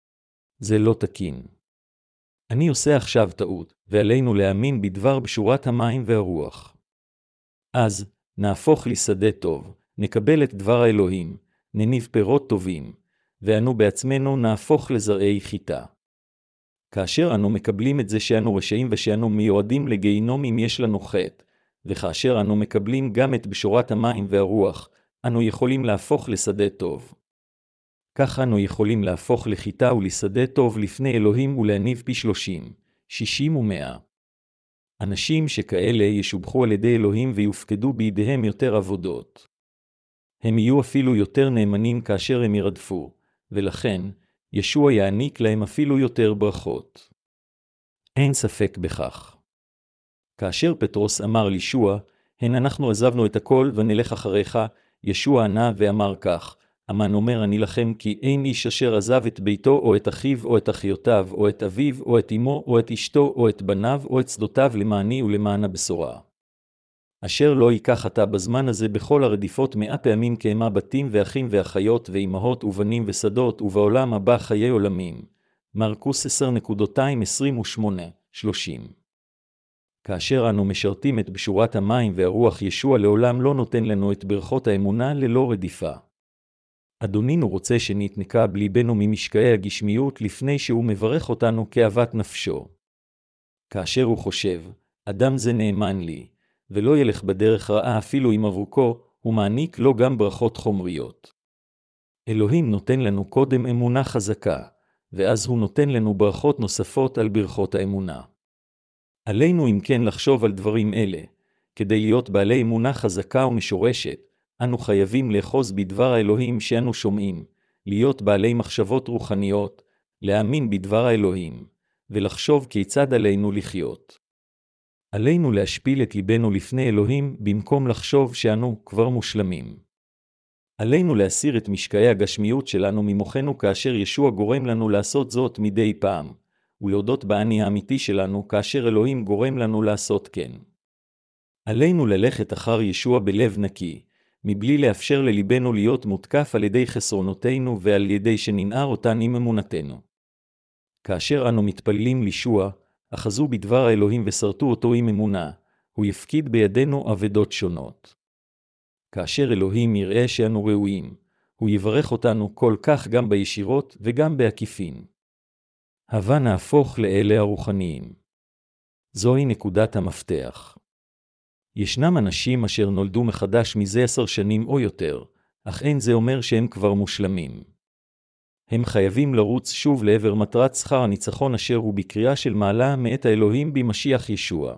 זה לא תקין. אני עושה עכשיו טעות, ועלינו להאמין בדבר בשורת המים והרוח. אז, נהפוך לשדה טוב, נקבל את דבר האלוהים, נניב פירות טובים, ואנו בעצמנו נהפוך לזרעי חיטה. כאשר אנו מקבלים את זה שאנו רשעים ושאנו מיועדים לגיהינום אם יש לנו חטא, וכאשר אנו מקבלים גם את בשורת המים והרוח, אנו יכולים להפוך לשדה טוב. כך אנו יכולים להפוך לחיטה ולשדה טוב לפני אלוהים ולהניב פי שלושים, שישים ומאה. אנשים שכאלה ישובחו על ידי אלוהים ויופקדו בידיהם יותר עבודות. הם יהיו אפילו יותר נאמנים כאשר הם ירדפו, ולכן ישוע יעניק להם אפילו יותר ברכות. אין ספק בכך. כאשר פטרוס אמר לישוע, הן אנחנו עזבנו את הכל ונלך אחריך, ישוע ענה ואמר כך, אמן אומר אני לכם כי אין איש אשר עזב את ביתו או את אחיו או את אחיותיו או את אביו או את אמו או את אשתו או את בניו או את שדותיו למעני ולמען הבשורה. אשר לא ייקח אתה בזמן הזה בכל הרדיפות מאה פעמים כאמה בתים ואחים ואחיות ואימהות ובנים ושדות ובעולם הבא חיי עולמים. מרקוס עשר עשרים ושמונה שלושים. כאשר אנו משרתים את בשורת המים והרוח, ישוע לעולם לא נותן לנו את ברכות האמונה ללא רדיפה. אדונינו רוצה שנתנקה בליבנו ממשקעי הגשמיות לפני שהוא מברך אותנו כאוות נפשו. כאשר הוא חושב, אדם זה נאמן לי, ולא ילך בדרך רעה אפילו עם אברוכו, הוא מעניק לו גם ברכות חומריות. אלוהים נותן לנו קודם אמונה חזקה, ואז הוא נותן לנו ברכות נוספות על ברכות האמונה. עלינו אם כן לחשוב על דברים אלה, כדי להיות בעלי אמונה חזקה ומשורשת, אנו חייבים לאחוז בדבר האלוהים שאנו שומעים, להיות בעלי מחשבות רוחניות, להאמין בדבר האלוהים, ולחשוב כיצד עלינו לחיות. עלינו להשפיל את ליבנו לפני אלוהים במקום לחשוב שאנו כבר מושלמים. עלינו להסיר את משקעי הגשמיות שלנו ממוחנו כאשר ישוע גורם לנו לעשות זאת מדי פעם, ולהודות באני האמיתי שלנו כאשר אלוהים גורם לנו לעשות כן. עלינו ללכת אחר ישוע בלב נקי, מבלי לאפשר לליבנו להיות מותקף על ידי חסרונותינו ועל ידי שננער אותן עם אמונתנו. כאשר אנו מתפללים לישוע, אחזו בדבר האלוהים וסרטו אותו עם אמונה, הוא יפקיד בידינו אבדות שונות. כאשר אלוהים יראה שאנו ראויים, הוא יברך אותנו כל כך גם בישירות וגם בעקיפין. הבה נהפוך לאלה הרוחניים. זוהי נקודת המפתח. ישנם אנשים אשר נולדו מחדש מזה עשר שנים או יותר, אך אין זה אומר שהם כבר מושלמים. הם חייבים לרוץ שוב לעבר מטרת שכר הניצחון אשר הוא בקריאה של מעלה מאת האלוהים במשיח ישוע.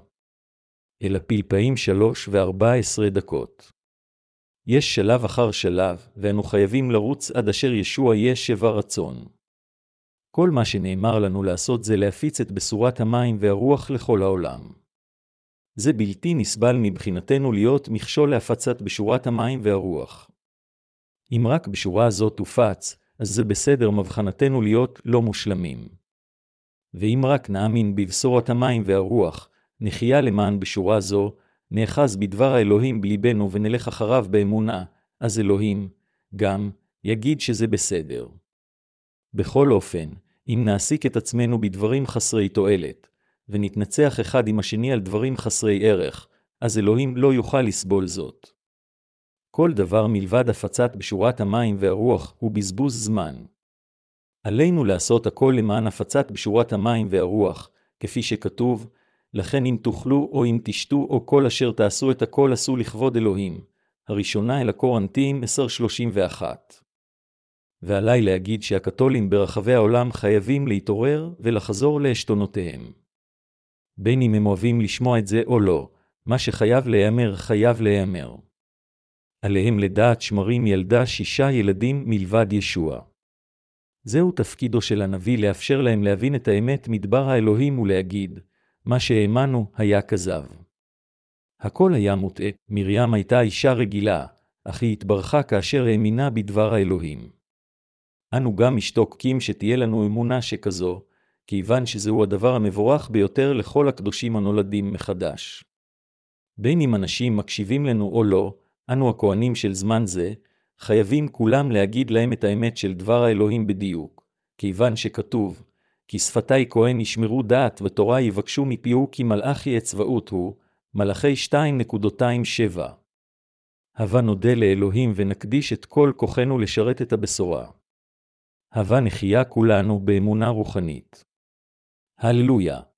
אל הפלפאים שלוש וארבע עשרה דקות. יש שלב אחר שלב, ואנו חייבים לרוץ עד אשר ישוע יהיה שבע רצון. כל מה שנאמר לנו לעשות זה להפיץ את בשורת המים והרוח לכל העולם. זה בלתי נסבל מבחינתנו להיות מכשול להפצת בשורת המים והרוח. אם רק בשורה הזאת תופץ, אז זה בסדר מבחנתנו להיות לא מושלמים. ואם רק נאמין בבשורת המים והרוח, נחיה למען בשורה זו, נאחז בדבר האלוהים בליבנו ונלך אחריו באמונה, אז אלוהים, גם, יגיד שזה בסדר. בכל אופן, אם נעסיק את עצמנו בדברים חסרי תועלת, ונתנצח אחד עם השני על דברים חסרי ערך, אז אלוהים לא יוכל לסבול זאת. כל דבר מלבד הפצת בשורת המים והרוח הוא בזבוז זמן. עלינו לעשות הכל למען הפצת בשורת המים והרוח, כפי שכתוב, לכן אם תאכלו או אם תשתו או כל אשר תעשו את הכל עשו לכבוד אלוהים. הראשונה אל הקורינתים עשר שלושים ואחת. ועליי להגיד שהקתולים ברחבי העולם חייבים להתעורר ולחזור לעשתונותיהם. בין אם הם אוהבים לשמוע את זה או לא, מה שחייב להיאמר חייב להיאמר. עליהם לדעת שמרים ילדה שישה ילדים מלבד ישוע. זהו תפקידו של הנביא לאפשר להם להבין את האמת מדבר האלוהים ולהגיד, מה שהאמנו היה כזב. הכל היה מוטעה, מרים הייתה אישה רגילה, אך היא התברכה כאשר האמינה בדבר האלוהים. אנו גם משתוקקים שתהיה לנו אמונה שכזו, כיוון שזהו הדבר המבורך ביותר לכל הקדושים הנולדים מחדש. בין אם אנשים מקשיבים לנו או לא, אנו הכהנים של זמן זה, חייבים כולם להגיד להם את האמת של דבר האלוהים בדיוק, כיוון שכתוב, כי שפתי כהן ישמרו דעת ותורה יבקשו מפיהו כי מלאכי הצבאות הוא, מלאכי שתיים שבע. הבה נודה לאלוהים ונקדיש את כל כוחנו לשרת את הבשורה. הבה נחיה כולנו באמונה רוחנית. הללויה.